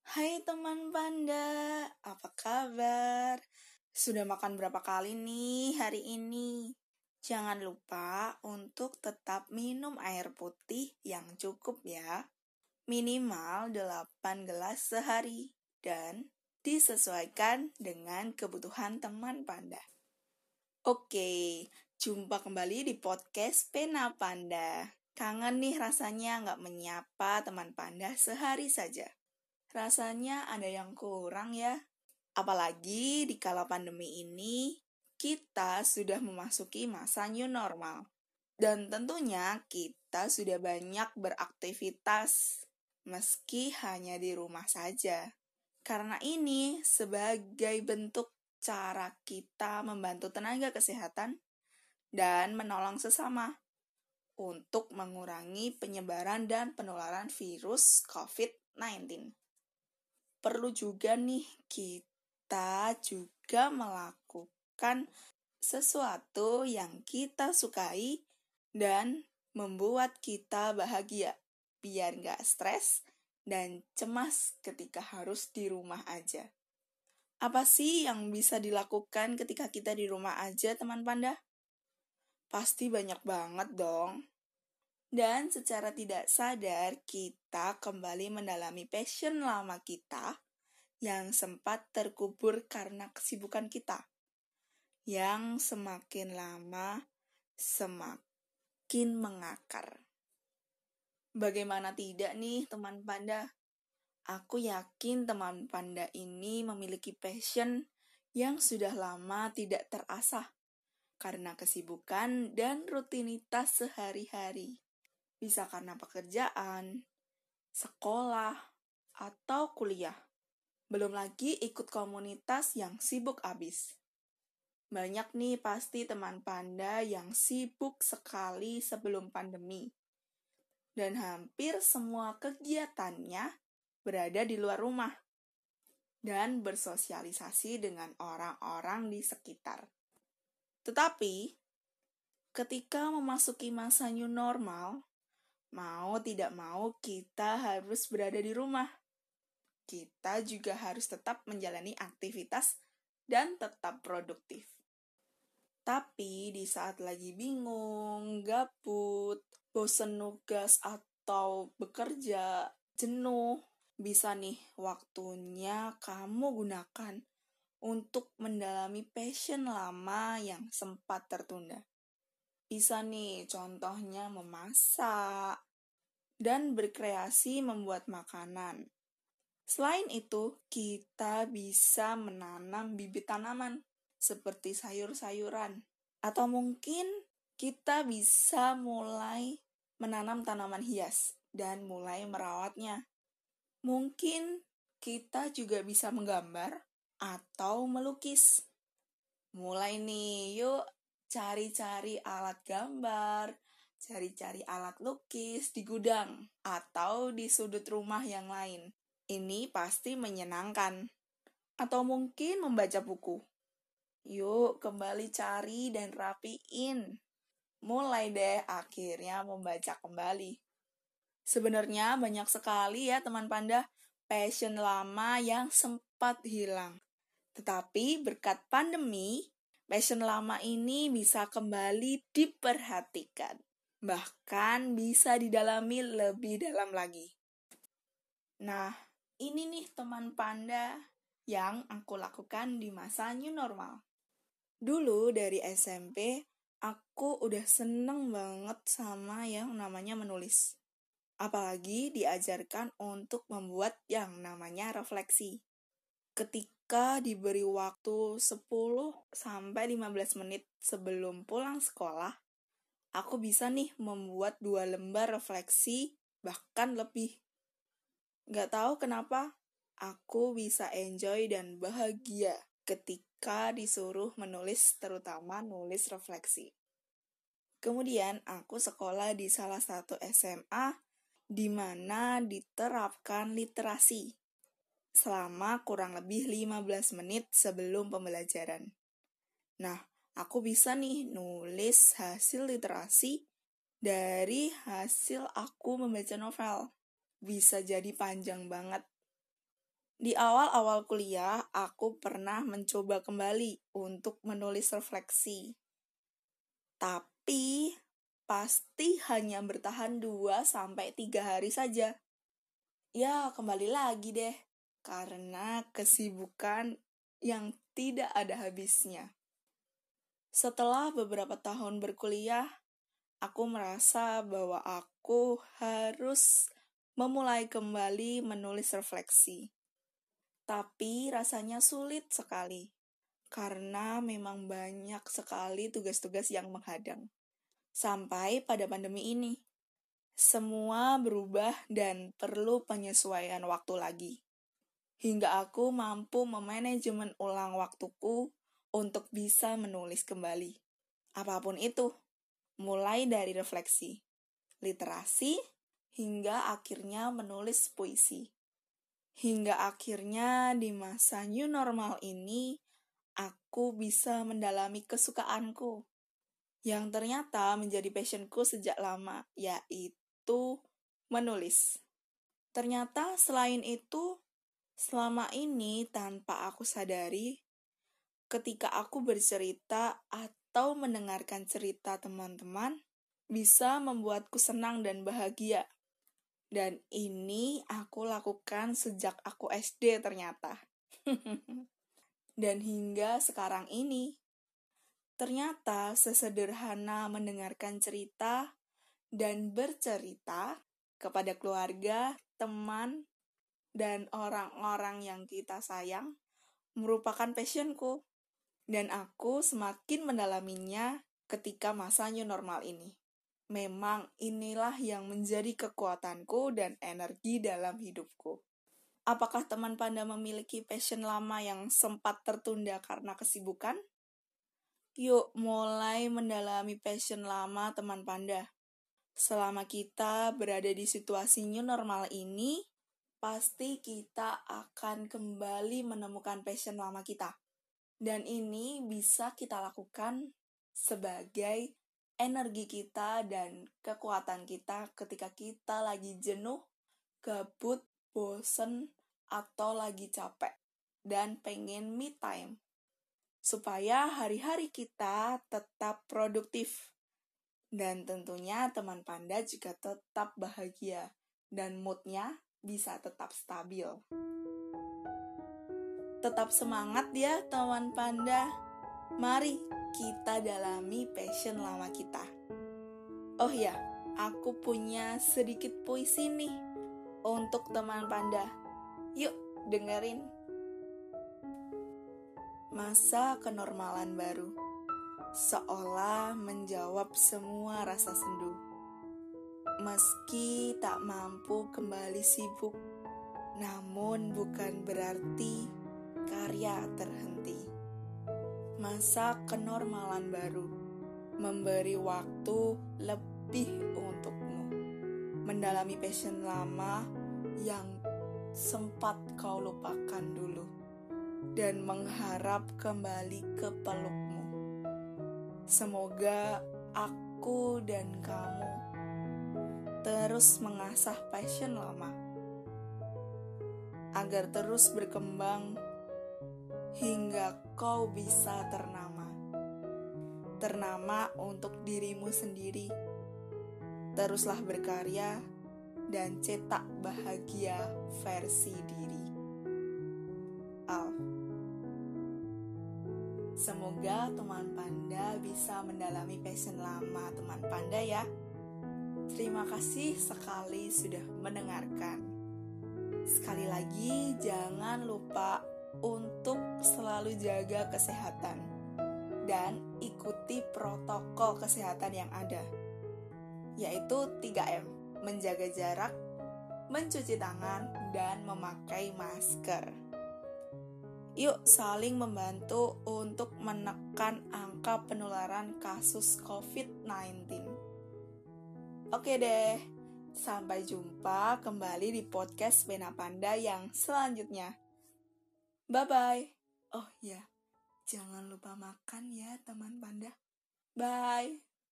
Hai teman panda, apa kabar? Sudah makan berapa kali nih hari ini? Jangan lupa untuk tetap minum air putih yang cukup ya. Minimal 8 gelas sehari dan disesuaikan dengan kebutuhan teman panda. Oke, jumpa kembali di podcast Pena Panda. Kangen nih rasanya nggak menyapa teman panda sehari saja. Rasanya ada yang kurang ya. Apalagi di kala pandemi ini, kita sudah memasuki masa new normal. Dan tentunya kita sudah banyak beraktivitas, meski hanya di rumah saja. Karena ini sebagai bentuk cara kita membantu tenaga kesehatan dan menolong sesama untuk mengurangi penyebaran dan penularan virus COVID-19. Perlu juga nih kita juga melakukan sesuatu yang kita sukai dan membuat kita bahagia, biar nggak stres dan cemas ketika harus di rumah aja. Apa sih yang bisa dilakukan ketika kita di rumah aja, teman panda? Pasti banyak banget dong. Dan secara tidak sadar, kita kembali mendalami passion lama kita yang sempat terkubur karena kesibukan kita. Yang semakin lama, semakin mengakar. Bagaimana tidak nih teman panda? Aku yakin teman panda ini memiliki passion yang sudah lama tidak terasah karena kesibukan dan rutinitas sehari-hari. Bisa karena pekerjaan, sekolah, atau kuliah. Belum lagi ikut komunitas yang sibuk abis. Banyak nih pasti teman panda yang sibuk sekali sebelum pandemi. Dan hampir semua kegiatannya berada di luar rumah. Dan bersosialisasi dengan orang-orang di sekitar. Tetapi, ketika memasuki masa new normal, mau tidak mau kita harus berada di rumah. Kita juga harus tetap menjalani aktivitas dan tetap produktif. Tapi di saat lagi bingung, gabut, bosen nugas atau bekerja, jenuh, bisa nih waktunya kamu gunakan untuk mendalami passion lama yang sempat tertunda. Bisa nih contohnya memasak dan berkreasi membuat makanan. Selain itu, kita bisa menanam bibit tanaman seperti sayur-sayuran. Atau mungkin kita bisa mulai menanam tanaman hias dan mulai merawatnya. Mungkin kita juga bisa menggambar atau melukis. Mulai nih, yuk cari-cari alat gambar, cari-cari alat lukis di gudang atau di sudut rumah yang lain. Ini pasti menyenangkan. Atau mungkin membaca buku. Yuk kembali cari dan rapiin. Mulai deh akhirnya membaca kembali. Sebenarnya banyak sekali ya teman panda passion lama yang sempat hilang. Tetapi berkat pandemi, passion lama ini bisa kembali diperhatikan. Bahkan bisa didalami lebih dalam lagi. Nah, ini nih teman panda yang aku lakukan di masa new normal. Dulu dari SMP, aku udah seneng banget sama yang namanya menulis. Apalagi diajarkan untuk membuat yang namanya refleksi. Ketika diberi waktu 10-15 menit sebelum pulang sekolah, aku bisa nih membuat 2 lembar refleksi, bahkan lebih. Gak tahu kenapa, aku bisa enjoy dan bahagia ketika disuruh menulis, terutama nulis refleksi. Kemudian aku sekolah di salah satu SMA di mana diterapkan literasi selama kurang lebih 15 menit sebelum pembelajaran. Nah, aku bisa nih nulis hasil literasi dari hasil aku membaca novel. Bisa jadi panjang banget. Di awal-awal kuliah, aku pernah mencoba kembali untuk menulis refleksi. Tapi, pasti hanya bertahan 2-3 hari saja. Ya, kembali lagi deh. Karena kesibukan yang tidak ada habisnya. Setelah beberapa tahun berkuliah, aku merasa bahwa aku harus memulai kembali menulis refleksi. Tapi rasanya sulit sekali, karena memang banyak sekali tugas-tugas yang menghadang. Sampai pada pandemi ini, semua berubah dan perlu penyesuaian waktu lagi. Hingga aku mampu memanajemen ulang waktuku untuk bisa menulis kembali. Apapun itu, mulai dari refleksi, literasi, hingga akhirnya menulis puisi. Hingga akhirnya di masa new normal ini, aku bisa mendalami kesukaanku yang ternyata menjadi passionku sejak lama, yaitu menulis. Ternyata selain itu, selama ini tanpa aku sadari, ketika aku bercerita atau mendengarkan cerita teman-teman, bisa membuatku senang dan bahagia. Dan ini aku lakukan sejak aku SD ternyata. Dan hingga sekarang ini, ternyata sesederhana mendengarkan cerita dan bercerita kepada keluarga, teman, dan orang-orang yang kita sayang merupakan passionku. Dan aku semakin mendalaminya ketika masa new normal ini. Memang inilah yang menjadi kekuatanku dan energi dalam hidupku. Apakah teman Panda memiliki passion lama yang sempat tertunda karena kesibukan? Yuk mulai mendalami passion lama teman Panda. Selama kita berada di situasi new normal ini, pasti kita akan kembali menemukan passion lama kita. Dan ini bisa kita lakukan sebagai energi kita dan kekuatan kita ketika kita lagi jenuh, gabut, bosen, atau lagi capek dan pengen me time. Supaya hari-hari kita tetap produktif. Dan tentunya teman Panda juga tetap bahagia dan moodnya bisa tetap stabil. Tetap semangat ya teman Panda. Mari kita dalami passion lama kita. Oh ya, aku punya sedikit puisi nih untuk teman Panda. Yuk dengerin. Masa kenormalan baru seolah menjawab semua rasa sendu. Meski tak mampu kembali sibuk, namun bukan berarti karya terhenti. Masa kenormalan baru memberi waktu lebih untukmu mendalami passion lama yang sempat kau lupakan dulu dan mengharap kembali ke pelukmu. Semoga aku dan kamu terus mengasah passion lama agar terus berkembang hingga kau bisa ternama untuk dirimu sendiri. Teruslah berkarya dan cetak bahagia versi diri. Al. Semoga teman Panda bisa mendalami passion lama teman Panda ya. Terima kasih sekali sudah mendengarkan. Sekali lagi jangan lupa untuk selalu jaga kesehatan dan ikuti protokol kesehatan yang ada, yaitu 3M, menjaga jarak, mencuci tangan, dan memakai masker. Yuk saling membantu untuk menekan angka penularan kasus COVID-19. Oke deh, sampai jumpa kembali di podcast Pena Panda yang selanjutnya. Bye-bye. Oh ya, jangan lupa makan ya teman Panda. Bye.